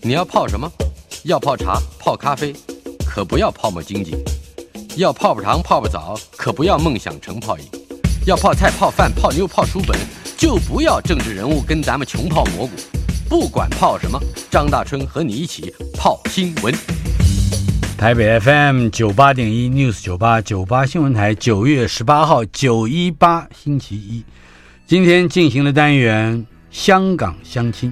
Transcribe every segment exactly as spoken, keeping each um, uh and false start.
你要泡什么？要泡茶、泡咖啡，可不要泡沫经济；要泡泡糖、泡泡澡，可不要梦想成泡影；要泡菜、泡饭、泡妞、泡书本，就不要政治人物跟咱们穷泡蘑菇。不管泡什么，张大春和你一起泡新闻。 台北 F M 九八点一 News 九八九八新闻台，九月十八号九一八星期一，今天进行的单元香港相亲。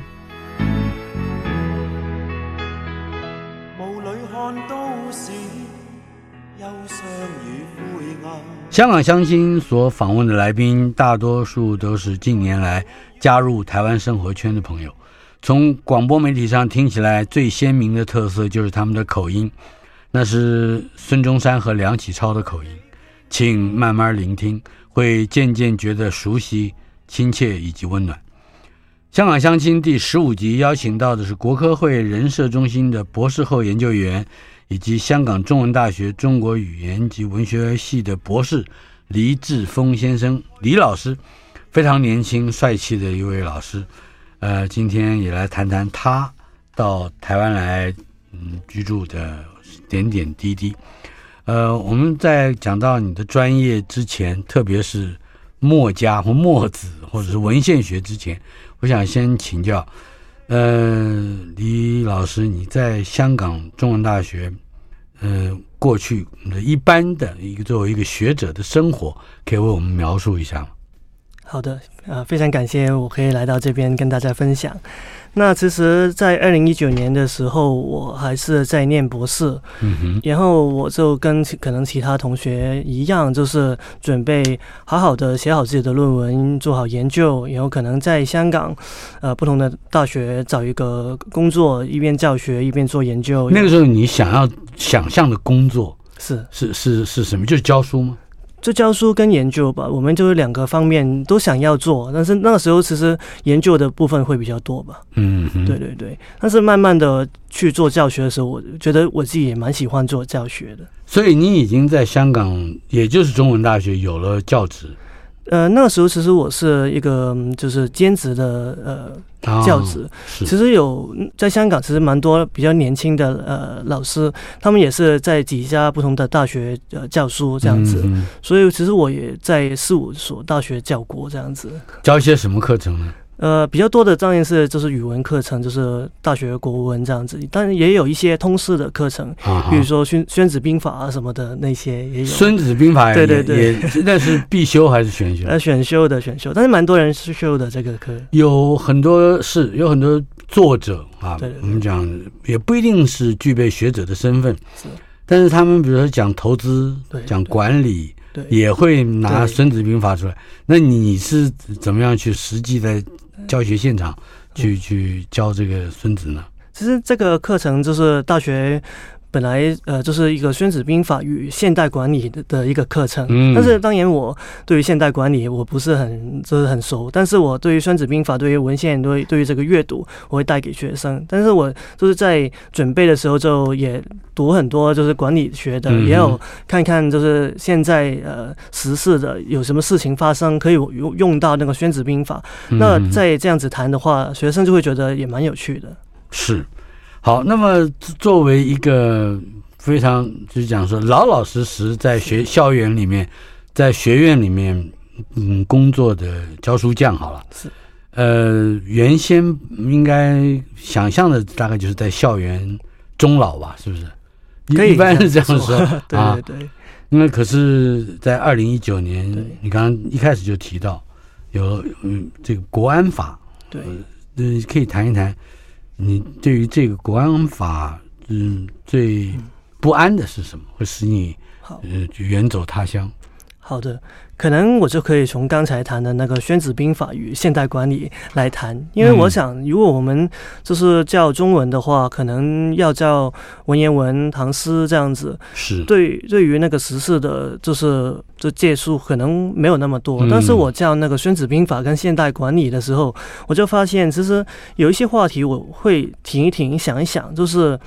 香港相亲所访问的来宾，大多数都是近年来加入台湾生活圈的朋友。从广播媒体上听起来，最鲜明的特色就是他们的口音，那是孙中山和梁启超的口音。请慢慢聆听，会渐渐觉得熟悉、亲切以及温暖。香港相亲第十五集邀请到的是国科会人社中心的博士后研究员，以及香港中文大学中国语言及文学系的博士黎志峰先生，黎老师，非常年轻帅气的一位老师。呃，今天也来谈谈他到台湾来嗯居住的点点滴滴。呃，我们在讲到你的专业之前，特别是墨家或墨子或者是文献学之前，我想先请教，呃，黎老师，你在香港中文大学，呃，过去一般的一个作为一个学者的生活，可以为我们描述一下吗？ 好的，呃，非常感谢我可以来到这边跟大家分享。那其实在二零一九年的时候，我还是在念博士，嗯哼，然后我就跟可能其他同学一样，就是准备好好的写好自己的论文，做好研究，然后可能在香港呃不同的大学找一个工作，一边教学一边做研究。 那个时候你想要想象的工作是是是是什么？就是教书吗？ 就教书跟研究吧，我们就是两个方面都想要做，但是那个时候其实研究的部分会比较多吧。嗯，对对对。但是慢慢的去做教学的时候，我觉得我自己也蛮喜欢做教学的。 所以你已经在香港，也就是中文大学有了教职。 呃，那个时候其实我是一个就是兼职的呃教职、哦，其实有在香港其实蛮多比较年轻的呃老师，他们也是在几家不同的大学呃教书这样子、嗯，所以其实我也在四五所大学教过这样子。 教一些什么课程呢？ 呃，比较多的当然是就是语文课程，就是大学国文这样子，但是也有一些通识的课程，啊、比如说孙孙子兵法啊什么的那些也有。 孙子兵法也对对对，那是必修还是选修？ 呃，选修的选修，但是蛮多人是修的这个课。 有很多是有很多作者啊，对对对，我们讲也不一定是具备学者的身份，是，但是他们比如说讲投资、讲管理。对，也会拿孙子兵法出来。那你是怎么样去实际在教学现场去、嗯、去教这个孙子呢？ 其实这个课程就是大学本来呃就是一个孙子兵法与现代管理 的, 的一个课程、嗯，但是当然我对于现代管理我不是很就是很熟，但是我对于孙子兵法、对于文献、对对于这个阅读，我会带给学生。但是我就是在准备的时候就也读很多就是管理学的，嗯、也有看看就是现在呃时事的有什么事情发生可以用到那个孙子兵法、嗯。那在这样子谈的话，学生就会觉得也蛮有趣的。 是。好，那么作为一个非常就是讲说老老实实在学校园里面，在学院里面嗯工作的教书匠好了，是呃原先应该想象的大概就是在校园终老吧，是不是？可以一般是这样说， 对对对。 因为可是，在二零一九年，你刚刚一开始就提到有嗯这个国安法，对，呃可以谈一谈。你对于这个国安法，嗯，最不安的是什么？会使你呃远走他乡？ 好的，可能我就可以从刚才谈的那个孙子兵法与现代管理来谈，因为我想，如果我们就是教中文的话，可能要教文言文、唐诗这样子，是对对于那个时事的，就是就借数可能没有那么多。但是我教那个孙子兵法跟现代管理的时候，我就发现，其实有一些话题我会停一停，想一想，就是。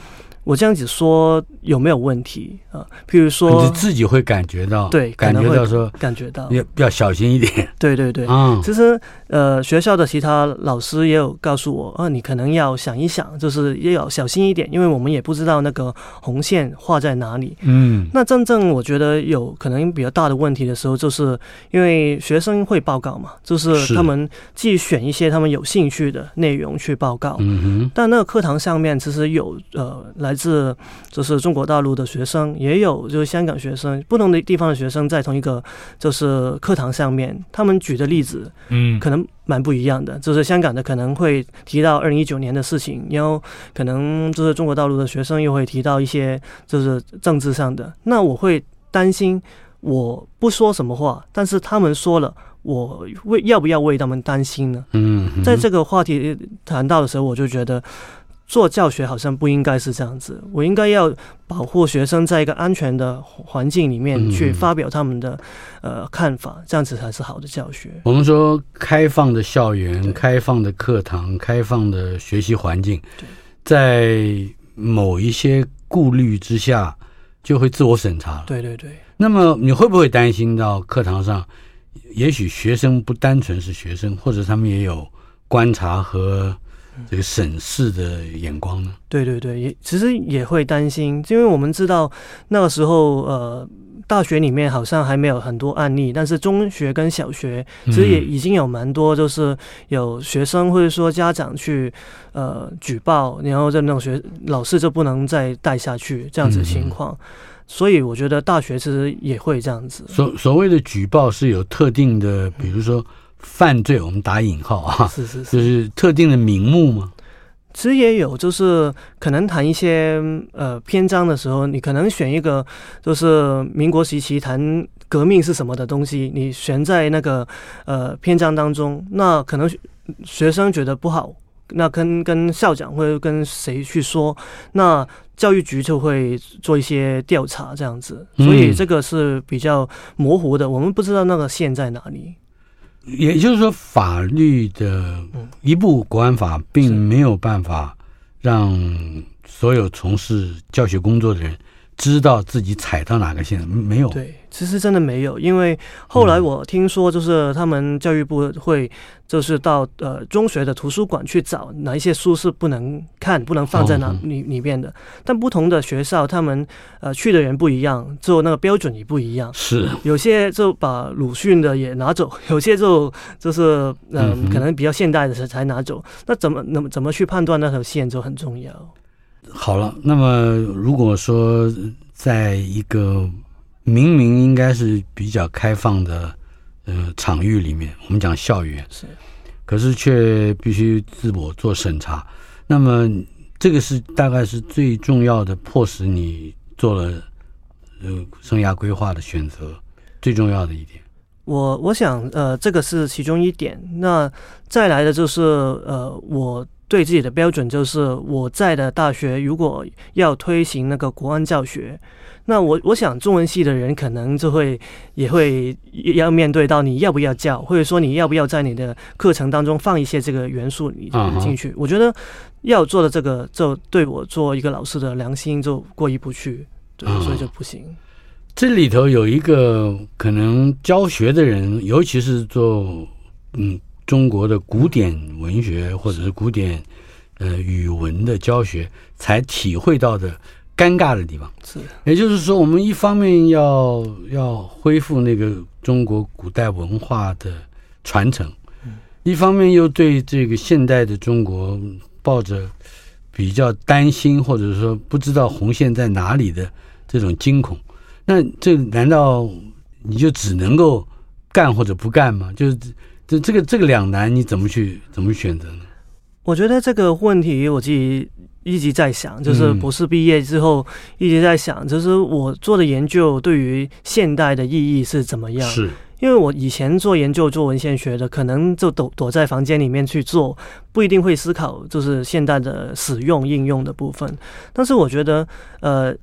我这样子说有没有问题啊？譬如说， 你自己会感觉到， 对， 感觉到说， 感觉到要要小心一点。 对对对， 嗯， 其实呃，学校的其他老师也有告诉我，啊，你可能要想一想，就是也要小心一点，因为我们也不知道那个红线画在哪里。 嗯， 那真正我觉得有可能比较大的问题的时候，就是因为学生会报告嘛，就是他们既选一些他们有兴趣的内容去报告， 嗯哼， 但那个课堂上面其实有呃来自就是中国大陆的学生，也有就是香港学生，不同的地方的学生在同一个就是课堂上面，他们举的例子，嗯，可能蛮不一样的。就是香港的可能会提到二零一九年的事情，然后可能就是中国大陆的学生又会提到一些就是政治上的。那我会担心，我不说什么话，但是他们说了，我为要不要为他们担心呢？嗯，在这个话题谈到的时候，我就觉得做教学好像不应该是这样子，我应该要保护学生在一个安全的环境里面去发表他们的、呃、看法，这样子才是好的教学。 我们说开放的校园、开放的课堂、开放的学习环境，在某一些顾虑之下就会自我审查了。 对对对。 那么你会不会担心到课堂上也许学生不单纯是学生，或者他们也有观察和这个审视的眼光呢？ 对对对，也其实也会担心，因为我们知道那个时候呃，大学里面好像还没有很多案例，但是中学跟小学其实也已经有蛮多，就是有学生或者说家长去呃举报，然后这种学老师就不能再带下去这样子的情况。嗯，所以我觉得大学其实也会这样子。所所谓的举报是有特定的，比如说犯罪，我们打引号啊， 是是是， 就是特定的名目吗？ 其实也有，就是可能谈一些呃篇章的时候，你可能选一个就是民国时期谈革命是什么的东西，你选在那个呃篇章当中，那可能学生觉得不好，那跟跟校长会跟谁去说，那教育局就会做一些调查这样子，所以这个是比较模糊的，我们不知道那个线在哪里。 也就是说，法律的一部国安法并没有办法让所有从事教学工作的人知道自己踩到哪个线，没有。 对，其实真的没有，因为后来我听说，就是他们教育部会就是到呃中学的图书馆去找哪一些书是不能看、不能放在哪里里面的。但不同的学校，他们呃去的人不一样，做那个标准也不一样。 是， 有些就把鲁迅的也拿走，有些就就是呃、嗯、可能比较现代的才拿走。那怎么那么怎么去判断那条线就很重要。 好了，那么如果说在一个明明应该是比较开放的呃场域里面，我们讲校园， 是， 可是却必须自我做审查，那么这个是大概是最重要的，迫使你做了呃生涯规划的选择最重要的一点。 我我想呃这个是其中一点，那再来的就是呃我对自己的标准，就是我在的大学如果要推行那个国安教学，那我我想中文系的人可能就会也会要面对到你要不要教，或者说你要不要在你的课程当中放一些这个元素你进去。Uh-huh. 我觉得要做的这个就对我做一个老师的良心就过意不去，对， uh-huh. 所以就不行。 这里头有一个可能教学的人，尤其是做嗯。中国的古典文学或者是古典呃语文的教学才体会到的尴尬的地方， 是， 也就是说，我们一方面要要恢复那个中国古代文化的传承，嗯，一方面又对这个现代的中国抱着比较担心或者说不知道红线在哪里的这种惊恐，那这难道你就只能够干或者不干吗？就是这这个这个两难，你怎么去怎么选择呢？ 我觉得这个问题我自己一直在想，就是博士毕业之后一直在想，就是我做的研究对于现代的意义是怎么样？ 是， 因为我以前做研究做文献学的，可能就躲躲在房间里面去做，不一定会思考就是现代的使用应用的部分。但是我觉得，呃。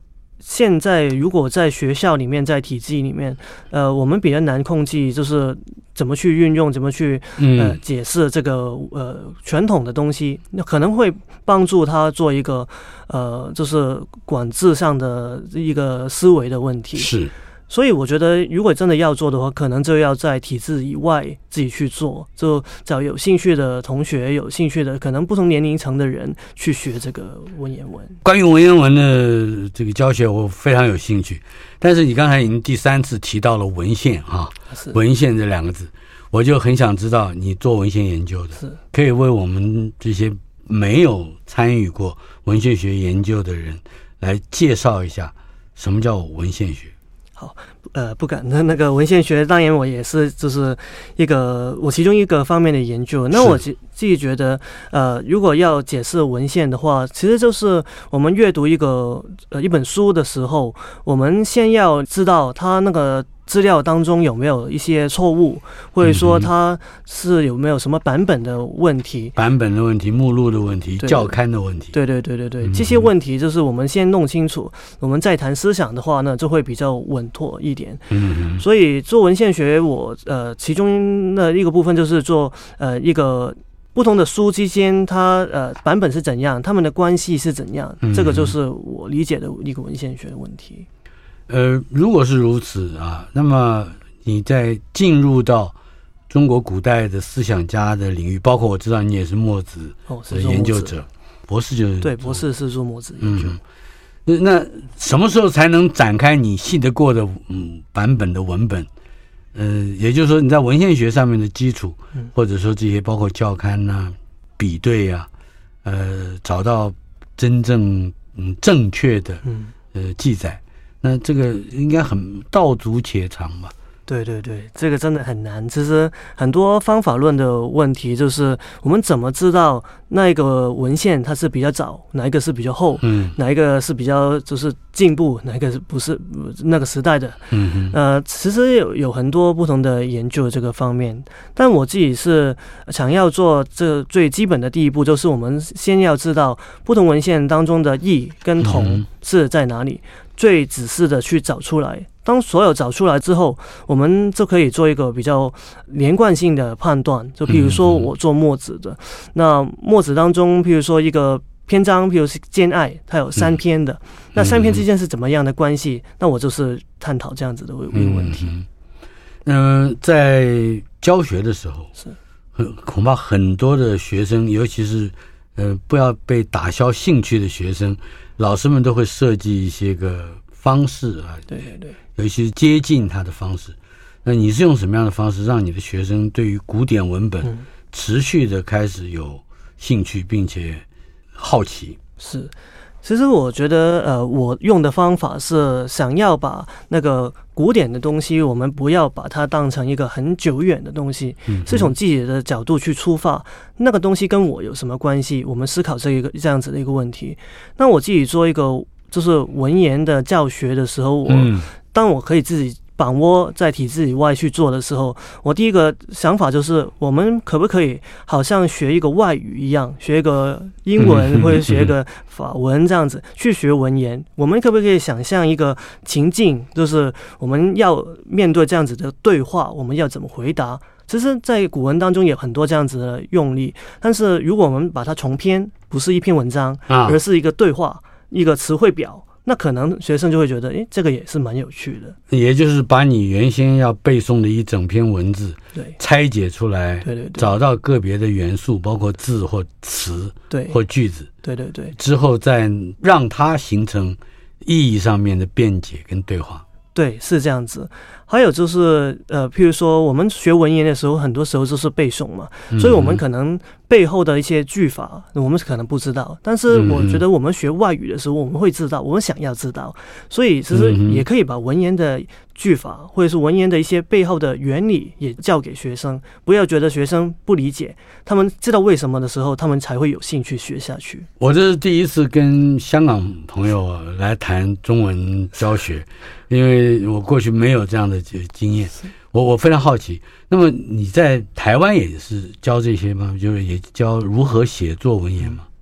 现在如果在学校里面，在体制里面，呃，我们比较难控制，就是怎么去运用，怎么去呃解释这个呃传统的东西，那可能会帮助他做一个呃，就是管制上的一个思维的问题。 是。 所以我觉得，如果真的要做的话，可能就要在体制以外自己去做，就找有兴趣的同学、有兴趣的可能不同年龄层的人去学这个文言文。 关于文言文的这个教学，我非常有兴趣。但是你刚才已经第三次提到了文献啊，文献这两个字，我就很想知道你做文献研究的， 是可以为我们这些没有参与过文献学研究的人来介绍一下什么叫文献学。 好，呃，不敢。那那个文献学，当然我也是，就是一个我其中一个方面的研究。那我自己觉得，呃，如果要解释文献的话，其实就是我们阅读一个呃一本书的时候，我们先要知道它那个资料当中有没有一些错误，或者说它是有没有什么版本的问题， 版本的问题、目录的问题、校刊的问题。 对对对对对，这些问题就是我们先弄清楚，我们再谈思想的话呢，就会比较稳妥一点。 嗯， 所以做文献学，我呃其中的一个部分就是做呃一个不同的书之间，它呃版本是怎样，它们的关系是怎样， 嗯， 这个就是我理解的一个文献学的问题。 呃，如果是如此啊，那么你在进入到中国古代的思想家的领域，包括我知道你也是墨子的研究者，哦，博士就是对，博士是做墨子研究。 嗯，那那什么时候才能展开你信得过的嗯版本的文本？呃，也就是说你在文献学上面的基础，嗯，或者说这些包括校刊啊、比对啊，呃，找到真正嗯正确的嗯呃记载。那这个应该很道阻且长吧？ 对对对，这个真的很难。其实很多方法论的问题，就是我们怎么知道那一个文献它是比较早，哪一个是比较后，嗯，哪一个是比较就是进步，哪一个是不是那个时代的？嗯，呃，其实有有很多不同的研究这个方面，但我自己是想要做这最基本的第一步，就是我们先要知道不同文献当中的异跟同是在哪里。嗯，最仔细的去找出来，当所有找出来之后，我们就可以做一个比较连贯性的判断。就比如说我做墨子的，那墨子当中，譬如说一个篇章，譬如是兼爱，它有三篇的，那三篇之间是怎么样的关系？那我就是探讨这样子的一个问题。 嗯，呃，在教学的时候，是恐怕很多的学生，尤其是呃不要被打消兴趣的学生。老师们都会设计一些个方式啊， 对对对， 尤其是接近他的方式。那你是用什么样的方式让你的学生对于古典文本持续的开始有兴趣，并且好奇？ 是，其实我觉得，呃，我用的方法是想要把那个古典的东西，我们不要把它当成一个很久远的东西，嗯，是从自己的角度去出发，那个东西跟我有什么关系？我们思考这一个这样子的一个问题。那我自己做一个就是文言的教学的时候，我，嗯，当我可以自己把握在体制以外去做的时候，我第一个想法就是我们可不可以好像学一个外语一样，学一个英文或者学一个法文这样子去学文言。我们可不可以想象一个情境，就是我们要面对这样子的对话，我们要怎么回答？其实在古文当中有很多这样子的用力，但是如果我们把它重编，不是一篇文章，而是一个对话，一个词汇表，那可能学生就会觉得，诶，这个也是蛮有趣的。 也就是把你原先要背诵的一整篇文字， 对， 拆解出来， 对对对， 找到个别的元素，包括字或词， 对， 或句子， 对对对， 之后再让它形成意义上面的辩解跟对话。 对，是这样子。还有就是，呃，譬如说我们学文言的时候，很多时候就是背诵嘛，嗯，所以我们可能背后的一些句法，我们可能不知道。但是我觉得我们学外语的时候，我们会知道，我们想要知道，所以其实也可以把文言的句法，或者是文言的一些背后的原理也教给学生，不要觉得学生不理解，他们知道为什么的时候，他们才会有兴趣学下去。 我这是第一次跟香港朋友来谈中文教学，因为我过去没有这样的经验，我我非常好奇。那么你在台湾也是教这些吗？就是也教如何写作文言吗？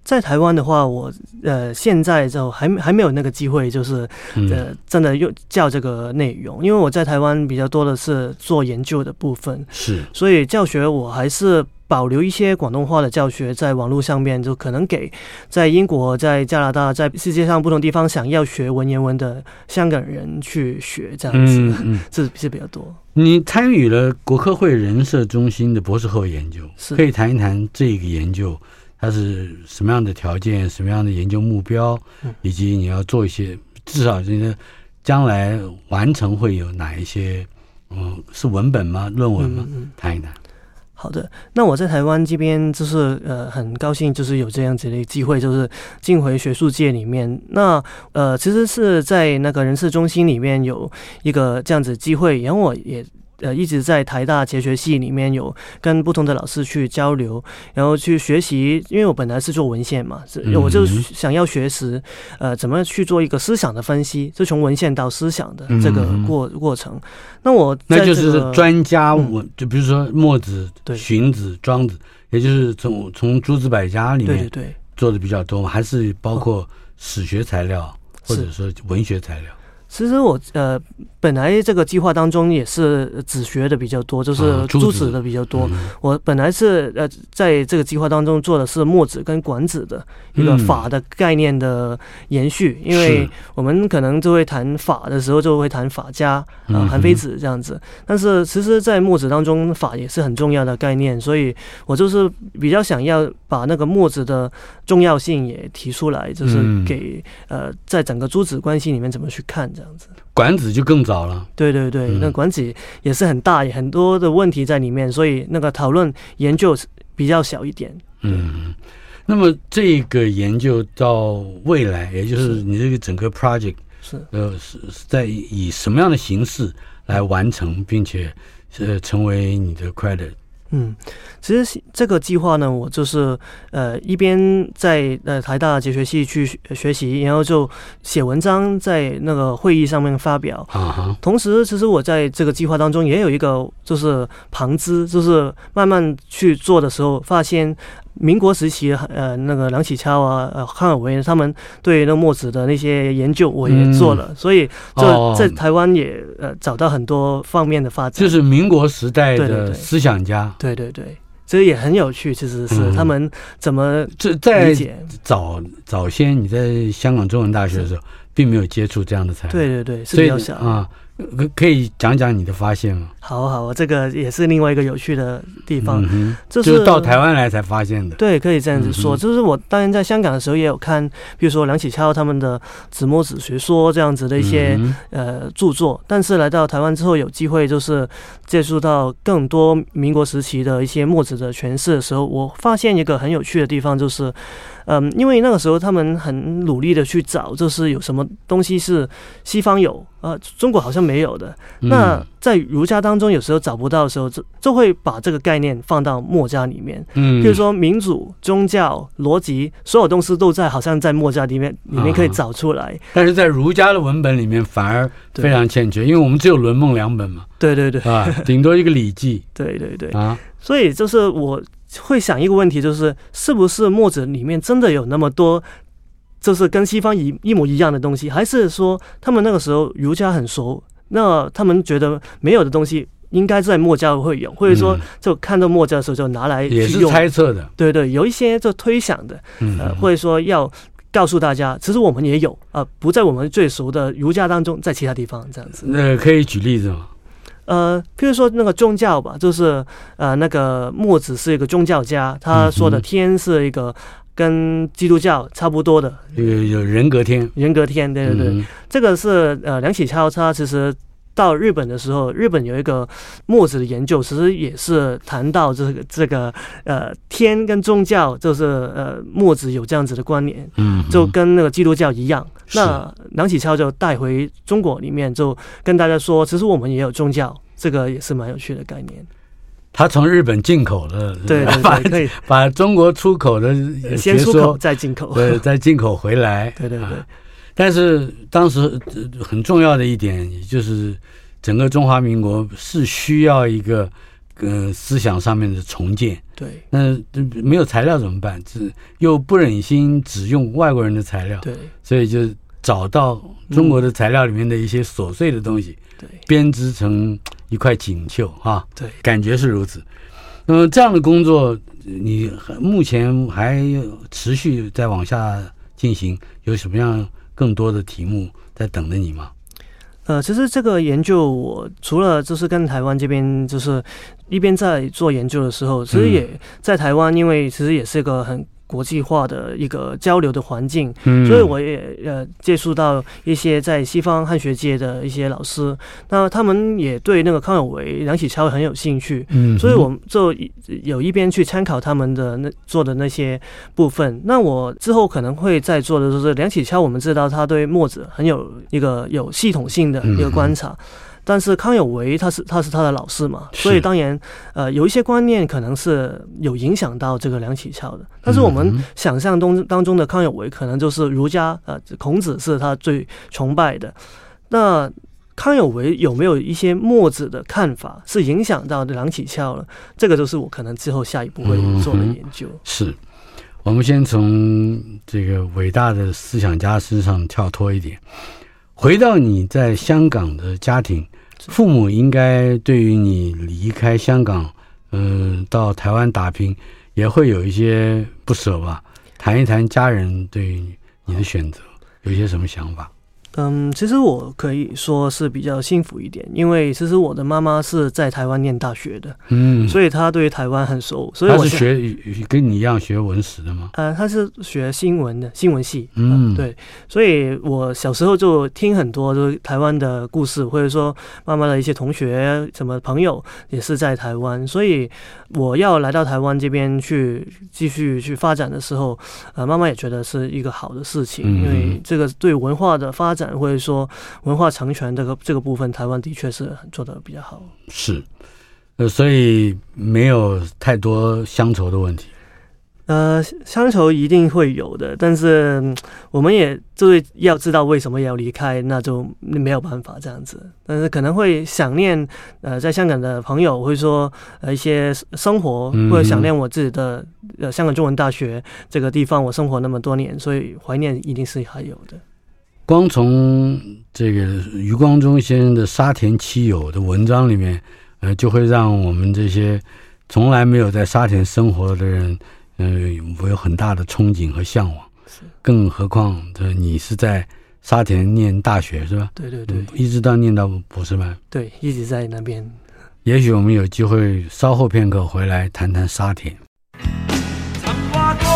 在台湾的话，我呃现在就还还没有那个机会，就是呃真的用教这个内容，因为我在台湾比较多的是做研究的部分， 是， 所以教学我还是保留一些广东话的教学在网络上面，就可能给在英国、在加拿大、在世界上不同地方想要学文言文的香港人去学，这样子，嗯嗯，这是比较多。 你参与了国科会人社中心的博士后研究，可以谈一谈这个研究它是什么样的条件、什么样的研究目标，以及你要做一些，至少你的将来完成会有哪一些，嗯，是文本吗？论文吗？嗯嗯谈一谈。 好的，那我在台湾这边就是呃很高兴，就是有这样子的机会，就是进回学术界里面。那呃其实是在那个人事中心里面有一个这样子机会，然后我也呃一直在台大哲学系里面有跟不同的老师去交流，然后去学习，因为我本来是做文献嘛，我就想要学识呃怎么去做一个思想的分析，就从文献到思想的这个过过程。那我在、这个、 那就是专家文、嗯，就比如说墨子、荀子、庄子，也就是从从诸子百家里面做的比较多嘛，还是包括史学材料、哦、或者说文学材料？ 其实我呃本来这个计划当中也是子学的比较多，就是诸子的比较多。啊嗯、我本来是呃在这个计划当中做的是墨子跟管子的一个法的概念的延续，嗯、因为我们可能就会谈法的时候就会谈法家啊、呃、韩非子这样子，但是其实在墨子当中法也是很重要的概念，所以我就是比较想要把那个墨子的重要性也提出来，就是给、嗯、呃在整个诸子关系里面怎么去看这样。这样子， 管子就更早了。 对对对，嗯、那管子也是很大，也很多的问题在里面，所以那个讨论研究比较小一点。 嗯，那么这个研究到未来，也就是你这个整个 project 是呃是是在以什么样的形式来完成，并且呃成为你的 credit？ 嗯，其实这个计划呢，我就是呃一边在呃台大哲学系去学习，然后就写文章，在那个会议上面发表。 Uh-huh. 同时，其实我在这个计划当中也有一个就是旁支，就是慢慢去做的时候，发现民国时期呃那个梁启超啊、呃康有为他们对那个墨子的那些研究，我也做了，嗯、所以就在台湾也呃找到很多方面的发展。 就是民国时代的思想家。 对对 对, 对，这也很有趣，其实是、嗯、他们怎么这在早早先你在香港中文大学的时候，并没有接触这样的材料。 对对对，是比较小啊。可以讲讲你的发现吗？ 好好，这个也是另外一个有趣的地方， 嗯、 就是、 就是到台湾来才发现的。 对，可以这样子说。嗯、就是我当然在香港的时候也有看，比如说梁启超他们的《子墨子学说》这样子的一些、嗯、呃著作，但是来到台湾之后，有机会就是接触到更多民国时期的一些墨子的诠释的时候，我发现一个很有趣的地方，就是。嗯，因为那个时候他们很努力的去找，就是有什么东西是西方有，呃，中国好像没有的。 嗯、 那在儒家当中，有时候找不到的时候，就就会把这个概念放到墨家里面。 嗯， 比如说民主、宗教、逻辑，所有东西都在，好像在墨家里面里面可以找出来。啊、 但是在儒家的文本里面反而非常欠缺，因为我们只有《论孟》两本嘛。 对对对， 啊，顶多一个《礼记》。 对对对啊， 所以就是我。会想一个问题，就是是不是墨子里面真的有那么多，就是跟西方一一模一样的东西，还是说他们那个时候儒家很熟，那他们觉得没有的东西应该在墨家会有，或者说就看到墨家的时候就拿来去用， 也是猜测的。 对对，有一些就推想的，呃，或者说要告诉大家，其实我们也有啊、呃，不在我们最熟的儒家当中，在其他地方这样子。 那可以举例子吗？ 呃，譬如说那个宗教吧，就是呃，那个墨子是一个宗教家，他说的天是一个跟基督教差不多的， 有有人格天， 人格天，对对对，嗯、这个是呃梁启超他其实到日本的时候，日本有一个墨子的研究，其实也是谈到这个这个呃天跟宗教，就是呃墨子有这样子的关联， 嗯， 就跟那个基督教一样。那梁启超就带回中国里面，就跟大家说，其实我们也有宗教，这个也是蛮有趣的概念。 他从日本进口了， 对对对，可以把中国出口的先出口再进口， 对，再进口回来， 对对对。啊、 但是当时很重要的一点，就是整个中华民国是需要一个呃思想上面的重建。 对， 那没有材料怎么办？是又不忍心只用外国人的材料， 对， 所以就找到中国的材料里面的一些琐碎的东西， 对， 编织成一块锦绣啊， 对， 感觉是如此。那么这样的工作，你目前还持续在往下进行，有什么样更多的题目在等着你吗？ 呃，其实这个研究我除了就是跟台湾这边就是一边在做研究的时候，其实也在台湾，因为其实也是一个很国际化的一个交流的环境，嗯，所以我也呃接触到一些在西方汉学界的一些老师，那他们也对那个康有为、梁启超很有兴趣，嗯，所以我就有一边去参考他们的那做的那些部分。那我之后可能会再做的就是梁启超，我们知道他对墨子很有一个有系统性的一个观察。嗯，但是康有为他是他是他的老师嘛，所以当然呃有一些观念可能是有影响到这个梁启超的，但是我们想象中当中的康有为可能就是儒家，呃孔子是他最崇拜的。那康有为有没有一些墨子的看法是影响到梁启超了？这个就是我可能之后下一步会做的研究。嗯，是我们先从这个伟大的思想家身上跳脱一点，回到你在香港的家庭，父母应该对于你离开香港，嗯、呃，到台湾打拼，也会有一些不舍吧？谈一谈家人对于你的选择有一些什么想法？ 嗯，其实我可以说是比较幸福一点，因为其实我的妈妈是在台湾念大学的，嗯，所以她对台湾很熟。所以我她是学跟你一样学文史的吗？ 呃，她是学新闻的，新闻系。嗯，呃、对，所以我小时候就听很多就是台湾的故事，或者说妈妈的一些同学、什么朋友也是在台湾，所以我要来到台湾这边去继续去发展的时候，呃，妈妈也觉得是一个好的事情，嗯，因为这个对文化的发展，或者说文化承传这个这个部分，台湾的确是做得比较好。 是，呃，所以没有太多乡愁的问题。 呃，乡愁一定会有的，但是、嗯、我们也就是要知道为什么要离开，那就没有办法这样子。但是可能会想念呃在香港的朋友，或者说呃一些生活，或者想念我自己的呃香港中文大学这个地方，我生活那么多年，所以怀念一定是还有的。 光从这个余光中先生的沙田七友的文章里面，呃，就会让我们这些从来没有在沙田生活的人，呃，我有很大的憧憬和向往。更何况，呃，你是在沙田念大学是吧？ 对对对， 一直到念到博士班。 对，一直在那边。 也许我们有机会稍后片刻回来谈谈沙田。 曾話過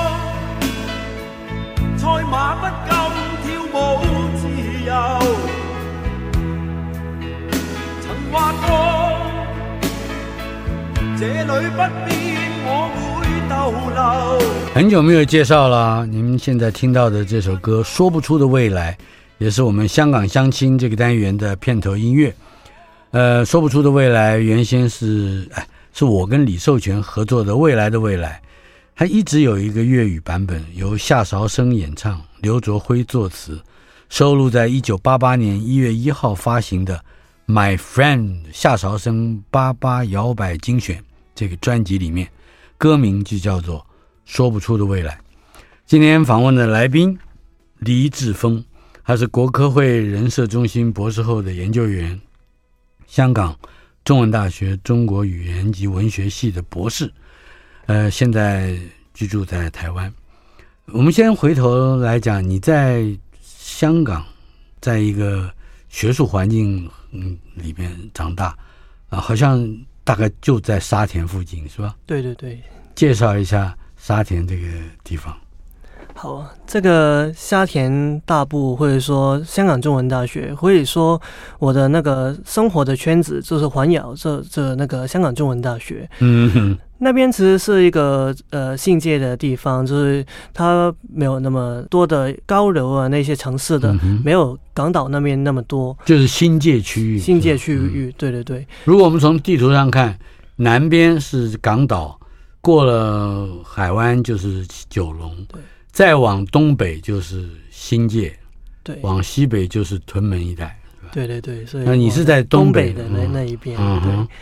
賽馬不禁跳舞自由，曾話過這裡不變我會逗留。 很久沒有介紹了，你們現在聽到的這首歌《說不出的未來》，也是我們香港相親這個單元的片頭音樂。呃，說不出的未來原先是哎，是我跟李壽全合作的《未來的未來》，它一直有一個粵語版本，由夏韶聲演唱，劉卓輝作詞，收錄在一九八八年一月一號發行的《My Friend 夏韶聲八八搖擺精選》這個專輯裡面，歌名就叫做《說不出的未來》。今天訪問的來賓黎智峰，他是國科會人社中心博士後的研究員，香港中文大學中國語言及文學系的博士，呃，現在居住在台灣。我們先回頭來講，你在香港在一個學術環境嗯裡面長大啊，好像大概就在沙田附近是吧？ 對對對， 介紹一下沙田這個地方。 好啊，這個沙田大埔或者說香港中文大學，或者說我的那個生活的圈子就是環繞這這那個香港中文大學。嗯哼，那邊其實是一個呃新界的地方，就是它沒有那麼多的高樓啊，那些城市的、嗯、沒有港島那邊那麼多， 就是新界區域。 新界區域，嗯、對對對。 如果我們從地圖上看，南邊是港島，過了海灣就是九龍。對。再往東北就是新界，對，往西北就是屯門一帶， 對對對，所以那你是在東北東北的那那一邊， 嗯、 對。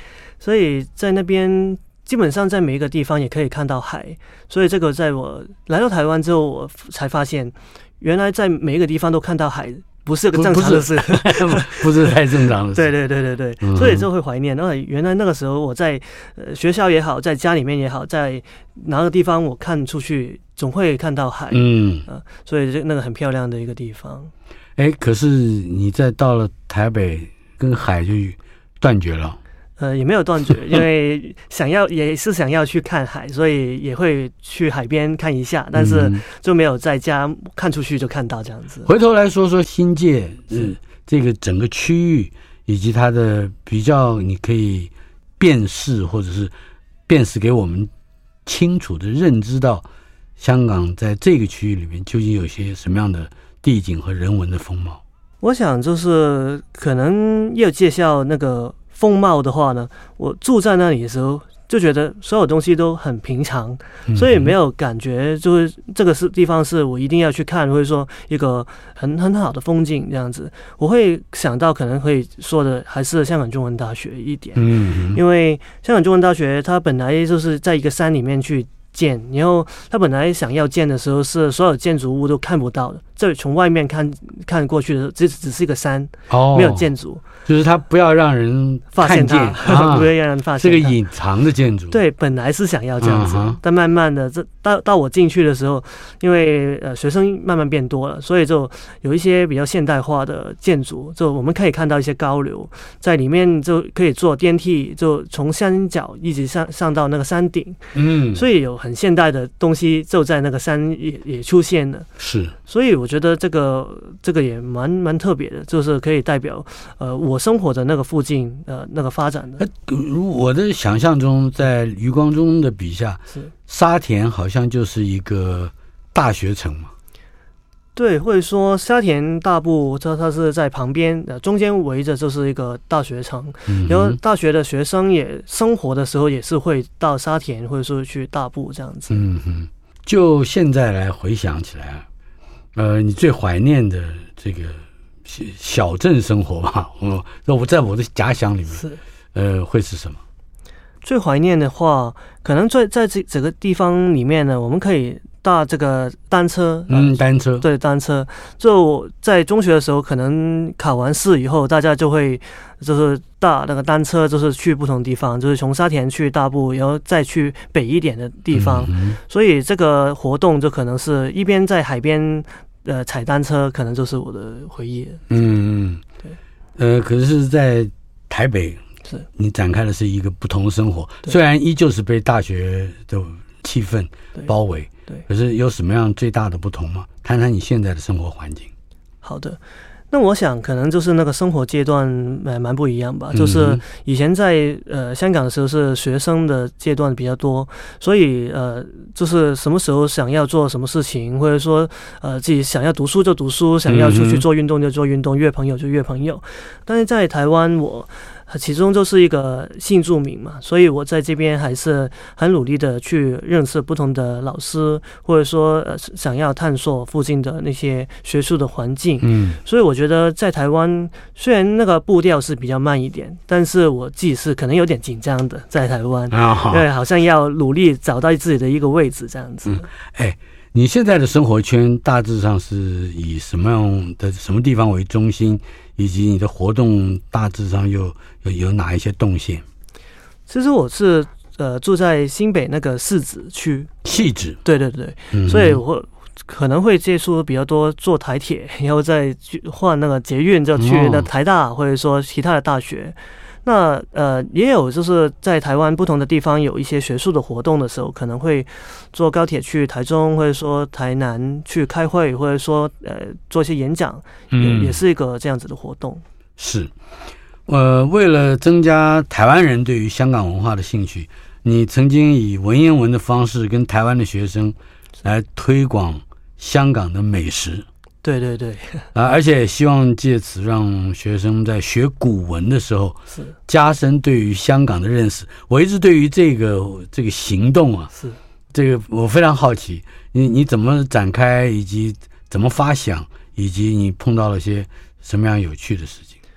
所以在那边基本上在每一个地方也可以看到海，所以这个在我来到台湾之后，我才发现原来在每一个地方都看到海不是个正常的事， 不是太正常的事。 对对对对对，嗯、所以就会怀念。那原来那个时候我在呃学校也好，在家里面也好，在哪个地方我看出去总会看到海，嗯啊、呃，所以那个很漂亮的一个地方。 哎，可是你再到了台北，跟海就断绝了。 呃，也没有断绝，因为想要也是想要去看海，所以也会去海边看一下，但是就没有在家看出去就看到这样子。 回头来说说新界，嗯，这个整个区域以及它的比较，你可以辨识或者是辨识给我们清楚的认知到，香港在这个区域里面究竟有些什么样的地景和人文的风貌。 我想就是可能要介绍那个风貌的话呢，我住在那里的时候就觉得所有东西都很平常，所以没有感觉就是这个是地方是我一定要去看，或者说一个很很好的风景这样子。我会想到可能会说的还是香港中文大学一点，嗯，因为香港中文大学它本来就是在一个山里面去建，然后它本来想要建的时候是所有建筑物都看不到的，这从外面看看过去的只只是一个山，哦，没有建筑。就是它不要让人看见，啊、不要让人发现，这个隐藏的建筑。对，本来是想要这样子，嗯、但慢慢的，这到到我进去的时候，因为呃学生慢慢变多了，所以就有一些比较现代化的建筑，就我们可以看到一些高楼在里面，就可以坐电梯，就从山脚一直上上到那个山顶。嗯，所以有很现代的东西就在那个山也也出现了。是，所以我觉得这个这个也蛮蛮特别的，就是可以代表呃我。我生活的那个附近，呃，那个发展的。 我的想象中，在余光中的笔下，是沙田好像就是一个大学城嘛。 对，或者说沙田大埔，它它是在旁边，呃，中间围着就是一个大学城。嗯、然后大学的学生也生活的时候，也是会到沙田，或者说去大埔这样子。嗯哼，就现在来回想起来，呃，你最怀念的这个。小镇生活吧，我我在我的假想里面，是呃，会是什么？ 最怀念的话，可能在在这整个地方里面呢，我们可以搭这个单车， 嗯，单车， 对，单车。就在中学的时候，可能考完试以后，大家就会就是搭那个单车，就是去不同地方，就是从沙田去大埔，然后再去北一点的地方。嗯、所以这个活动就可能是一边在海边。呃，踩单车可能就是我的回忆。 嗯，对。呃，可是，在台北，是你展开的是一个不同的生活，虽然依旧是被大学的气氛包围，对，可是有什么样最大的不同吗？谈谈你现在的生活环境。 好的。那我想可能就是那个生活阶段呃蛮不一样吧，就是以前在呃香港的时候是学生的阶段比较多，所以呃就是什么时候想要做什么事情，或者说呃自己想要读书就读书，想要出去做运动就做运动，约朋友就约朋友。但是在台湾我其中就是一个新住民嘛，所以我在这边还是很努力的去认识不同的老师，或者说呃想要探索附近的那些学术的环境。嗯，所以我觉得在台湾虽然那个步调是比较慢一点，但是我自己是可能有点紧张的，在台湾，哦、因为好像要努力找到自己的一个位置这样子。 哎、嗯欸，你现在的生活圈大致上是以什么样的什么地方为中心？以及你的活动大致上又有有哪一些动线？ 其实我是呃住在新北那个汐止区， 汐止， 对对对，嗯、所以我可能会接触比较多坐台铁，然后再换那个捷运就去那台大、哦、或者说其他的大学。那呃也有就是在台湾不同的地方有一些学术的活动的时候，可能会坐高铁去台中，或者说台南去开会，或者说呃做一些演讲，嗯，也是一个这样子的活动。 是，呃，为了增加台湾人对于香港文化的兴趣，你曾经以文言文的方式跟台湾的学生来推广香港的美食。 对对对， 啊，而且希望借此让学生在学古文的时候，是加深对于香港的认识。我一直对于这个这个行动啊，是这个我非常好奇，你你怎么展开，以及怎么发想，以及你碰到了些什么样有趣的事情？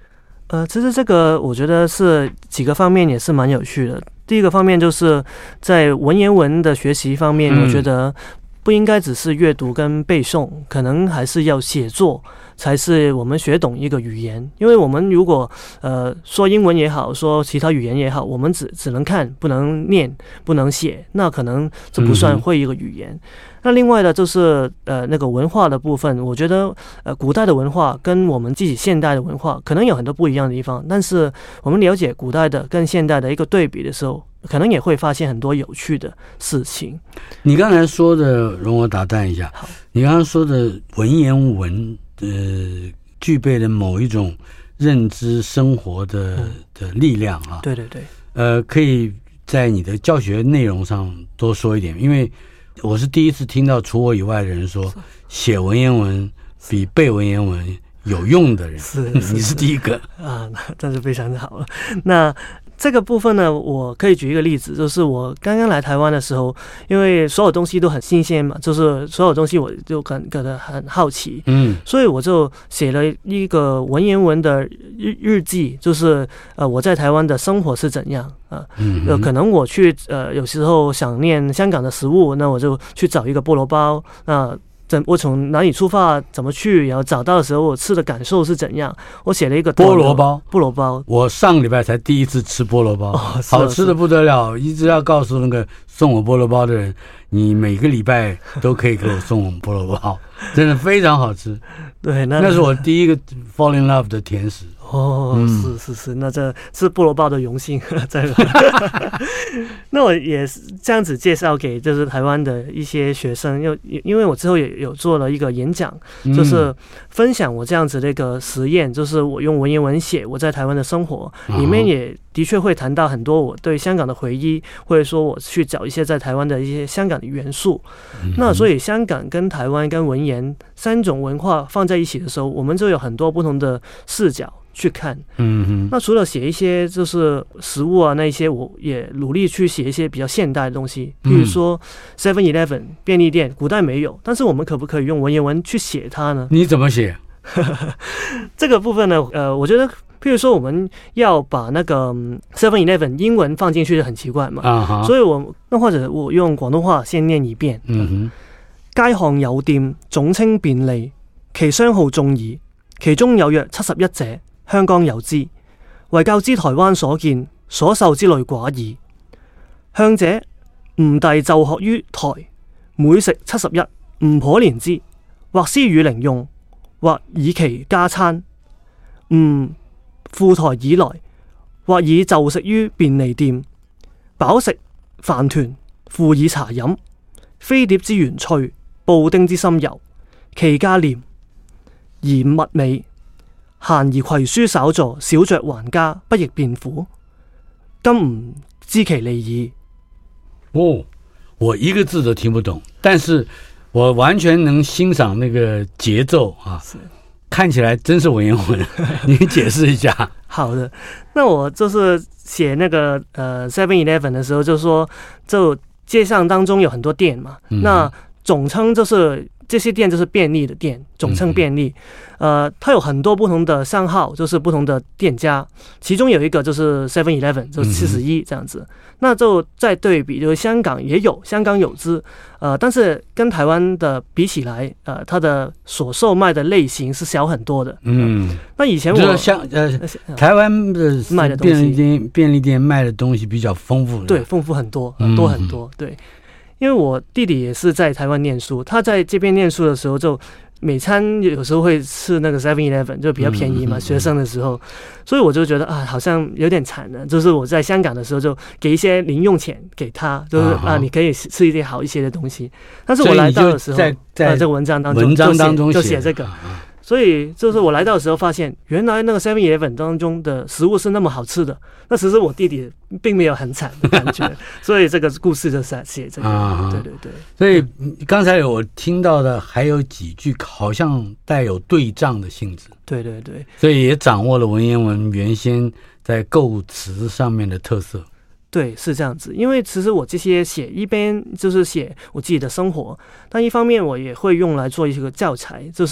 呃，其实这个我觉得是几个方面也是蛮有趣的。第一个方面就是在文言文的学习方面，我觉得不应该只是阅读跟背诵，可能还是要写作才是我们学懂一个语言。因为我们如果呃说英文也好，说其他语言也好，我们只只能看，不能念，不能写，那可能这不算会一个语言。嗯、那另外的就是呃那个文化的部分，我觉得呃古代的文化跟我们自己现代的文化可能有很多不一样的地方，但是我们了解古代的跟现代的一个对比的时候，可能也会发现很多有趣的事情。 你刚才说的，容我打断一下，你刚刚说的文言文。呃，具备了某一种认知生活的、嗯、的力量啊。 对对对。 呃，可以在你的教学内容上多说一点，因为我是第一次听到除我以外的人说写文言文比背文言文有用的人。 是， 你是第一个啊，那是非常的好了。那这个部分呢，我可以举一个例子，就是我刚刚来台湾的时候，因为所有东西都很新鲜嘛，就是所有东西我就感觉得很好奇，嗯，所以我就写了一个文言文的日日记，就是呃我在台湾的生活是怎样啊，嗯、呃，可能我去呃有时候想念香港的食物，那我就去找一个菠萝包，那。我从哪里出发，怎么去，然后找到的时候我吃的感受是怎样。我写了一个菠萝包， 菠萝包。 我上礼拜才第一次吃菠萝包，哦、好吃的不得了。一直要告诉那个送我菠萝包的人，你每个礼拜都可以给我送菠萝包，真的非常好吃。 对，那那是我第一个 fall in love 的甜食。 哦，嗯、是是是，那这是菠萝包的荣幸，这个。那我也是这样子介绍给就是台湾的一些学生，因为因为我之后也有做了一个演讲，就是分享我这样子的一个实验，就是我用文言文写我在台湾的生活，里面也的确会谈到很多我对香港的回忆，或者说我去找一些在台湾的一些香港的元素。嗯、那所以香港跟台湾跟文言三种文化放在一起的时候，我们就有很多不同的视角去看。嗯哼，那除了写一些就是食物啊那一些，我也努力去写一些比较现代的东西，比如说 seven eleven 便利店，古代没有，但是我们可不可以用文言文去写它呢？ 你怎么写？ 这个部分呢，呃，我觉得，譬如说我们要把那个 seven eleven 英文放进去很奇怪嘛， uh-huh. 所以我那或者我用廣東話先念一遍。嗯哼，街巷有店，總稱便利，其商號眾矣，其中有約七十一者。香港有之，為較之台灣所見所受之類寡矣。向者吾弟就學於台，每食七十一，吾頗憐之，或施與零用，或以其加餐。吾赴台以來，或以就食於便利店，飽食飯團，附以茶飲，飛碟之圓脆，布丁之深柔，其價廉而物美。閒而攜書稍坐，小酌還家，不亦便乎？今吾知其利矣。 哦，我一个字都听不懂，但是我完全能欣赏那个节奏啊，看起来真是文言文。你解释一下。 好的，那我就是写那个呃 seven eleven 的时候，就说就街上当中有很多店嘛，嗯、那总称就是这些店就是便利的店，总称便利。呃，它有很多不同的商号，就是不同的店家，其中有一个就是 seven eleven， 就是七十一这样子。那就再对比，就是香港也有，香港有之，呃，但是跟台湾的比起来，呃，它的所售卖的类型是小很多的。嗯，那以前我像呃台湾的卖的便利店，便利店卖的东西比较丰富， 对，丰富很多，很多很多，对。因为我弟弟也是在台湾念书，他在这边念书的时候，就每餐有时候会吃那个 seven eleven， 就比较便宜嘛，嗯、学生的时候，所以我就觉得啊，好像有点惨了。就是我在香港的时候，就给一些零用钱给他，就是啊，啊你可以吃一些好一些的东西。但是我来到的时候， 在在、 呃、这个文章当中， 文章当中就写这个。啊所以就是我来到的时候发现，原来那个 seven eleven 当中的食物是那么好吃的。那其实我弟弟并没有很惨的感觉，所以这个故事就是写这个。啊、对对对。 所以刚才我听到的还有几句好像带有对仗的性质。 对对对。 所以也掌握了文言文原先在构词上面的特色。 对，是这样子。因为其实我这些写一边就是写我自己的生活，但一方面我也会用来做一个教材，就是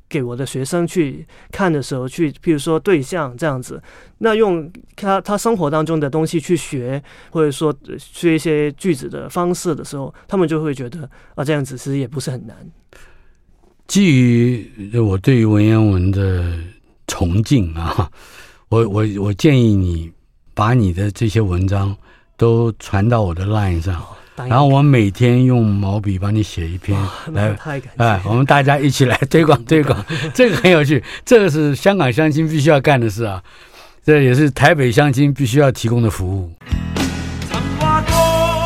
给我的学生去看的时候，去譬如说对象这样子，那用他他生活当中的东西去学，或者说学一些句子的方式的时候，他们就会觉得啊，这样子其实也不是很难。 基于我对于文言文的崇敬啊，我我我建议你把你的这些文章都传到我的 line 上。然后我每天用毛笔帮你写一篇来， 太感谢哎，我们大家一起来推广推广，这个很有趣，这个是香港乡亲必须要干的事啊，这也是台北乡亲必须要提供的服务。 曾話過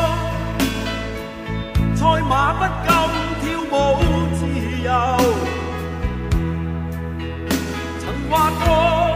賽馬不禁跳舞自由，曾話過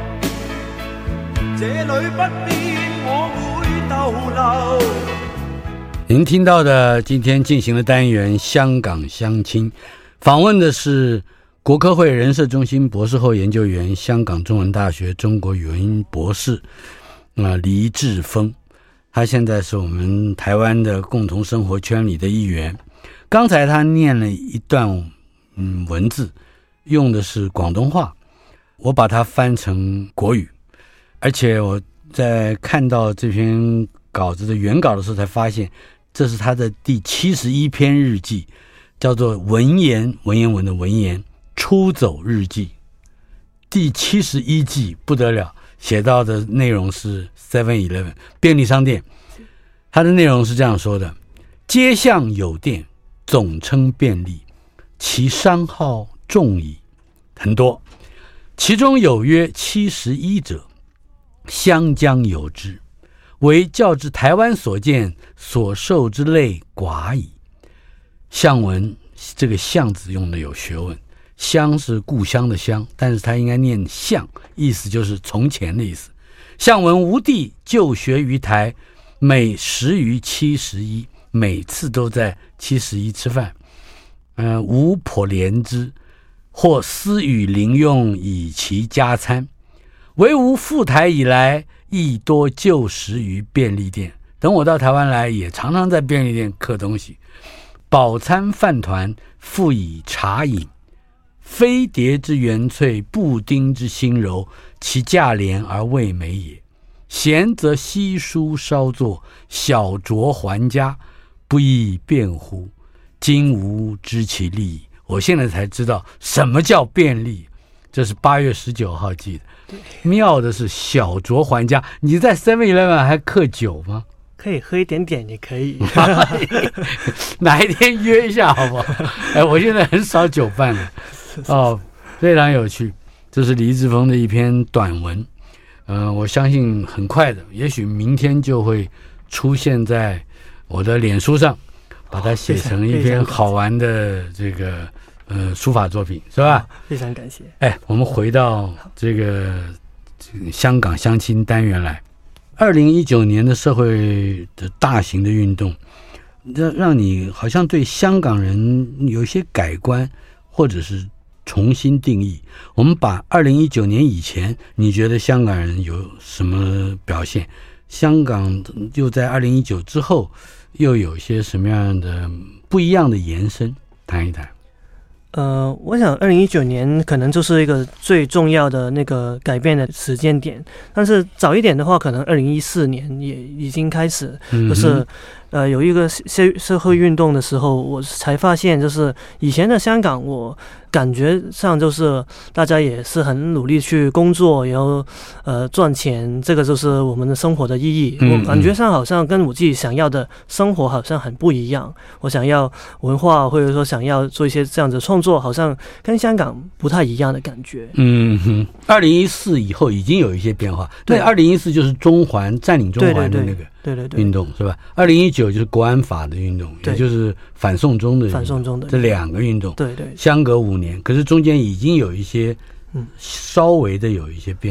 這裏不變我會逗留。 您聽到的今天進行的單元香港鄉親，訪問的是國科會人社中心博士後研究員、香港中文大學中國語文博士、呃、黎志峰，他現在是我們台灣的共同生活圈裡的一員。剛才他念了一段、嗯、文字，用的是廣東話，我把它翻成國語，而且我在看到這篇稿子的原稿的時候才發現，這是他的第七十一篇日記，叫做文言文言文的文言出走日記。第七十一記不得了，寫到的內容是 seven eleven 便利商店，它的內容是這樣說的：街巷有店，總稱便利，其商號眾矣，很多，其中有約七十一者，湘江有之，為較之台灣所見所受之類寡矣。巷文這個巷字用的有學問，鄉是故鄉的鄉，但是它應該念巷，意思就是從前的意思。巷文無地就學於台，每食於七十一，每次都在七十一吃飯。呃，無頗憐之，或私與鄰用以其加餐。唯吾赴台以來，亦多就食於便利店。等我到台灣來，也常常在便利店嗑東西。飽餐飯團，復以茶飲。飛碟之原萃，布丁之輕柔，其價廉而味美也。閒則稀疏稍作，小酌還家，不亦便乎？今吾知其利。我現在才知道什麼叫便利，這是八月十九號記的。妙的是小酌還家，你在 seven eleven 還嗑酒嗎？ 可以喝一點點也可以。 哪一天約一下好不好？哎，我現在很少酒飯了。哦，非常有趣。這是黎志峰的一篇短文，呃，我相信很快的，也許明天就會出現在我的臉書上，把它寫成一篇好玩的這個呃書法作品，是吧？ 非常感謝。 哎，我們回到這個、這個、香港鄉親單元來。二零一九年的社會的大型的運動，讓讓你好像對香港人有一些改觀，或者是重新定義。我們把二零一九年以前，你覺得香港人有什麼表現？香港又在二零一九之後，又有些什麼樣的不一樣的延伸？談一談。 呃，我想二零一九年可能就是一個最重要的那個改變的時間點，但是早一點的話，可能二零一四年也已經開始，就是、嗯、呃有一個社社會運動的時候，我才發現，就是以前的香港，我感覺上就是大家也是很努力去工作，然後呃賺錢，這個就是我們的生活的意義。嗯、我感覺上好像跟我自己想要的生活好像很不一樣。我想要文化，或者說想要做一些這樣子創作，好像跟香港不太一樣的感覺。嗯哼，二零一四以後已經有一些變化。對，二零一四就是中環佔領中環的那個對對對運動，是吧？二零一九就是國安法的運動，也就是反送中的運動， 反送中的這兩個運動， 對對， 相隔五年，可是中間已經有一些嗯稍微的有一些變動。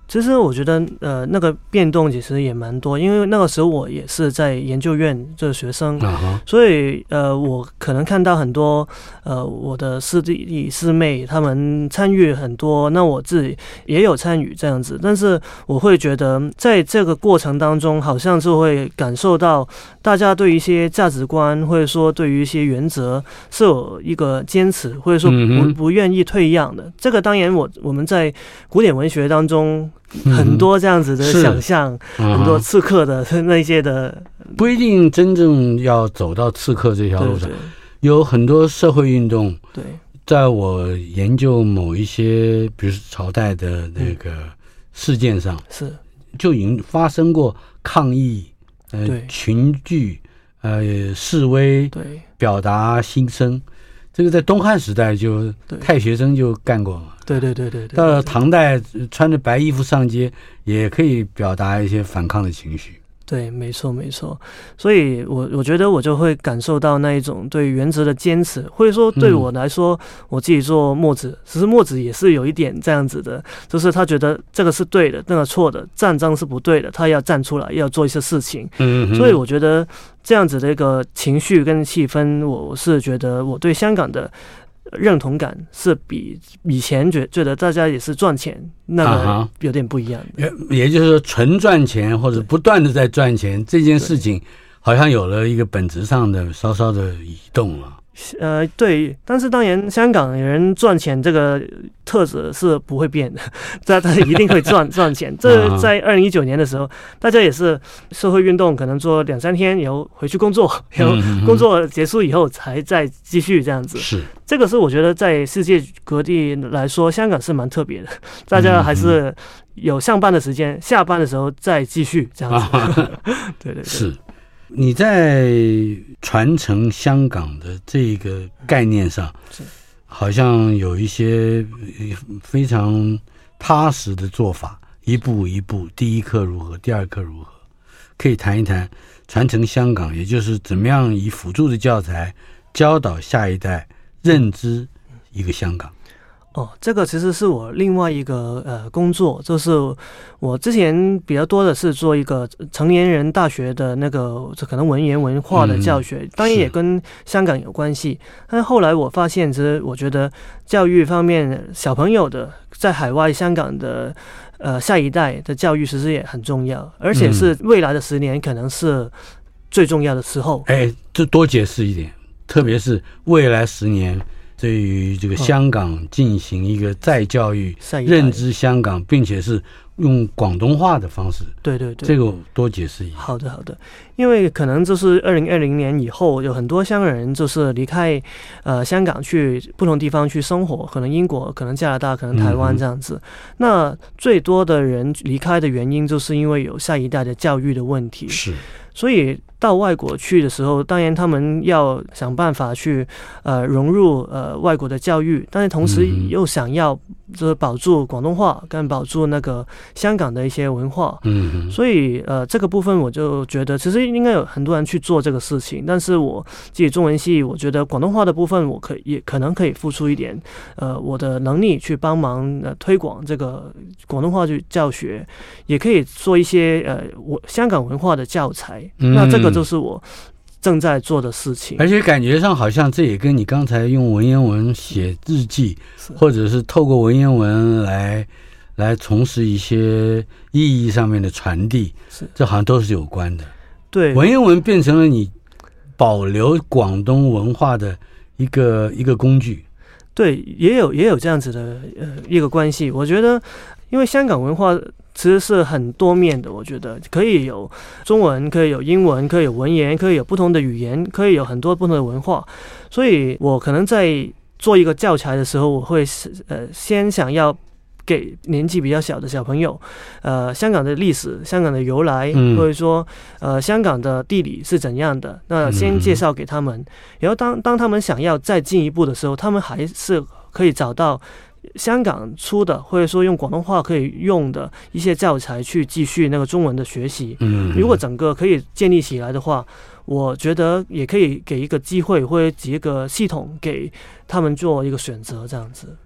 其实我觉得，呃，那个变动其实也蛮多，因为那个时候我也是在研究院这个学生， uh-huh. 所以呃，我可能看到很多呃我的师弟师妹他们参与很多，那我自己也有参与这样子，但是我会觉得在这个过程当中，好像是会感受到大家对于一些价值观，或者说对于一些原则是有一个坚持，或者说不不愿意退让的。这个当然我我们在古典文学当中。很多这样子的想象，嗯、很多刺客的那些的， 不一定真正要走到刺客这条路上。有很多社会运动， 对，在我研究某一些，比如朝代的那个事件上， 是、嗯、 就已经发生过抗议，呃，群聚，呃，示威， 对， 表达心声。这个在东汉时代就太学生就干过嘛， 对对对对对。 到了唐代，穿着白衣服上街，也可以表达一些反抗的情绪。 对，没错没错。所以我我觉得我就会感受到那一种对原则的坚持，或者说对我来说，嗯、我自己做墨子，其实墨子也是有一点这样子的，就是他觉得这个是对的，那个错的，战争是不对的，他要站出来，要做一些事情。 嗯， 所以我觉得这样子的一个情绪跟气氛，我是觉得我对香港的认同感是比以前觉觉得大家也是赚钱那个有点不一样的。 也, 也就是说，纯赚钱或者不断的在赚钱这件事情，好像有了一个本质上的稍稍的移动了。 呃，对，但是当然，香港人赚钱这个特质是不会变的，大家一定会赚赚钱。这在二零一九年的时候，大家也是社会运动，可能做两三天，然后回去工作，然后工作结束以后才再继续这样子。 是， 这个是我觉得在世界各地来说，香港是蛮特别的，大家还是有上班的时间，下班的时候再继续这样子。对对对， 是。你在传承香港的这个概念上，好像有一些非常踏实的做法，一步一步，第一课如何，第二课如何，可以谈一谈传承香港，也就是怎么样以辅助的教材教导下一代认知一个香港。 哦，这个其实是我另外一个呃工作，就是我之前比较多的是做一个成年人大学的那个可能文言文化的教学，嗯、当然也跟香港有关系。但是后来我发现，其实我觉得教育方面，小朋友的在海外香港的呃下一代的教育其实也很重要，而且是未来的十年可能是最重要的时候。 哎，这多解释一点，特别是未来十年。对于这个香港进行一个再教育、哦、认知香港，并且是用广东话的方式， 对对对， 这个多解释一下。 好的好的，因为可能就是二零二零年以后，有很多香港人就是离开呃香港去不同地方去生活，可能英国、可能加拿大、可能台湾这样子。嗯、那最多的人离开的原因，就是因为有下一代的教育的问题。 是。 所以到外国去的时候，当然他们要想办法去呃融入呃外国的教育，但是同时又想要就是保住广东话跟保住那个香港的一些文化。 嗯， 所以呃这个部分我就觉得其实应该有很多人去做这个事情，但是我自己中文系，我觉得广东话的部分我可以也可能可以付出一点呃我的能力去帮忙呃推广这个广东话去教学，也可以做一些呃我香港文化的教材。 嗯、 那这个就是我正在做的事情， 而且感觉上好像这也跟你刚才用文言文写日记，或者是透过文言文来来从事一些意义上面的传递，这好像都是有关的。 对， 文言文变成了你保留广东文化的一个一个工具。 对，也有也有这样子的呃一个关系。我觉得，因为香港文化其实是很多面的，我觉得可以有中文，可以有英文，可以有文言，可以有不同的语言，可以有很多不同的文化。所以我可能在做一个教材的时候，我会呃先想要给年纪比较小的小朋友，呃，香港的历史、香港的由来， 嗯、 或者说呃香港的地理是怎样的，那先介绍给他们。嗯、然后当当他们想要再进一步的时候，他们还是可以找到香港出的，或者说用广东话可以用的一些教材去继续那个中文的学习。 嗯， 如果整个可以建立起来的话，我觉得也可以给一个机会或者几个系统给他们做一个选择，这样子。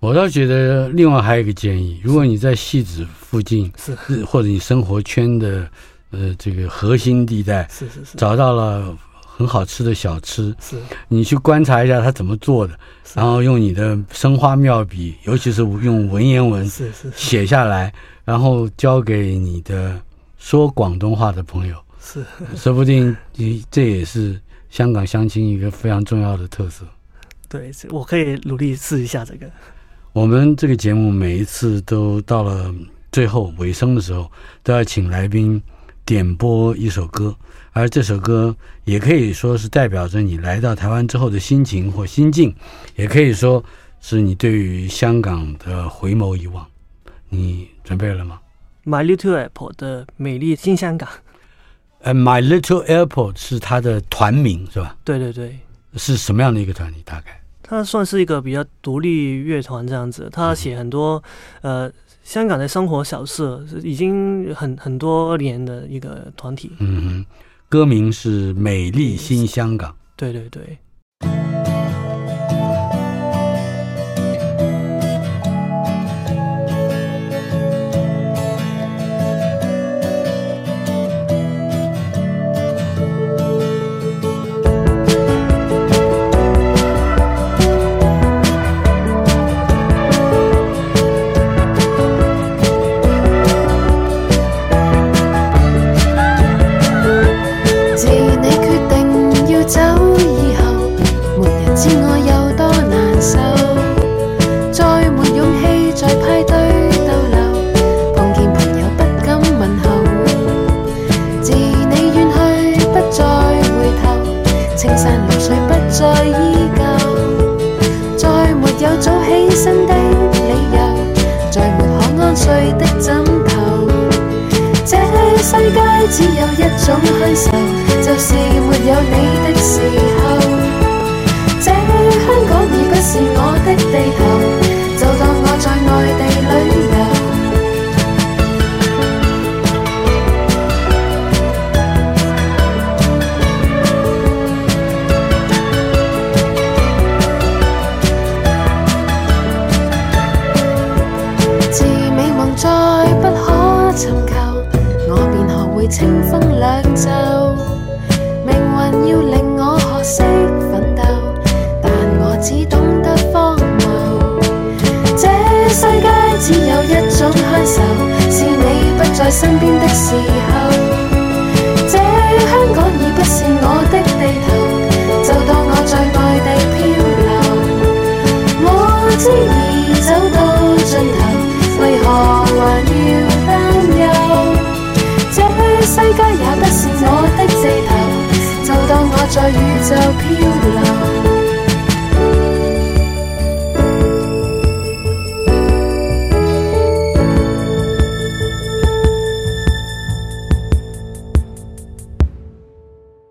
我倒觉得另外还有一个建议，如果你在汐止附近， 是或者你生活圈的呃这个核心地带， 是是是， 找到了很好吃的小吃， 是你去观察一下它怎么做的，然后用你的生花妙笔，尤其是用文言文是是写下来，然后交给你的说广东话的朋友， 是， 说不定这也是香港相亲一个非常重要的特色。 对，我可以努力试一下这个。 我们这个节目每一次都到了最后尾声的时候，都要请来宾点播一首歌，而这首歌也可以说是代表着你来到台湾之后的心情或心境，也可以说是你对于香港的回眸一望。你准备了吗？ My Little Airport 的美丽新香港。 呃 My Little Airport 是它的团名是吧？ 对对对。 是什么样的一个团？你大概？ 它算是一个比较独立乐团这样子，他写很多、嗯、呃香港的生活小事，已经很很多年的一个团体。 嗯哼，歌名是《美丽新香港》。 对对对。 只有一種享受，就是沒有你的時候。這香港已不是我的地頭，就當我在外地旅遊。自美夢再不可尋求，我便學會清風兩袖。命運要令我學識奮鬥，但我只懂得荒謬。這世界只有一種享受，是你不在身邊的時候。這香港已不是我的地頭，就當我在外地漂流。我知已走到盡頭，為何還要擔憂？這世界也不是我的地頭，就當我在宇宙漂流。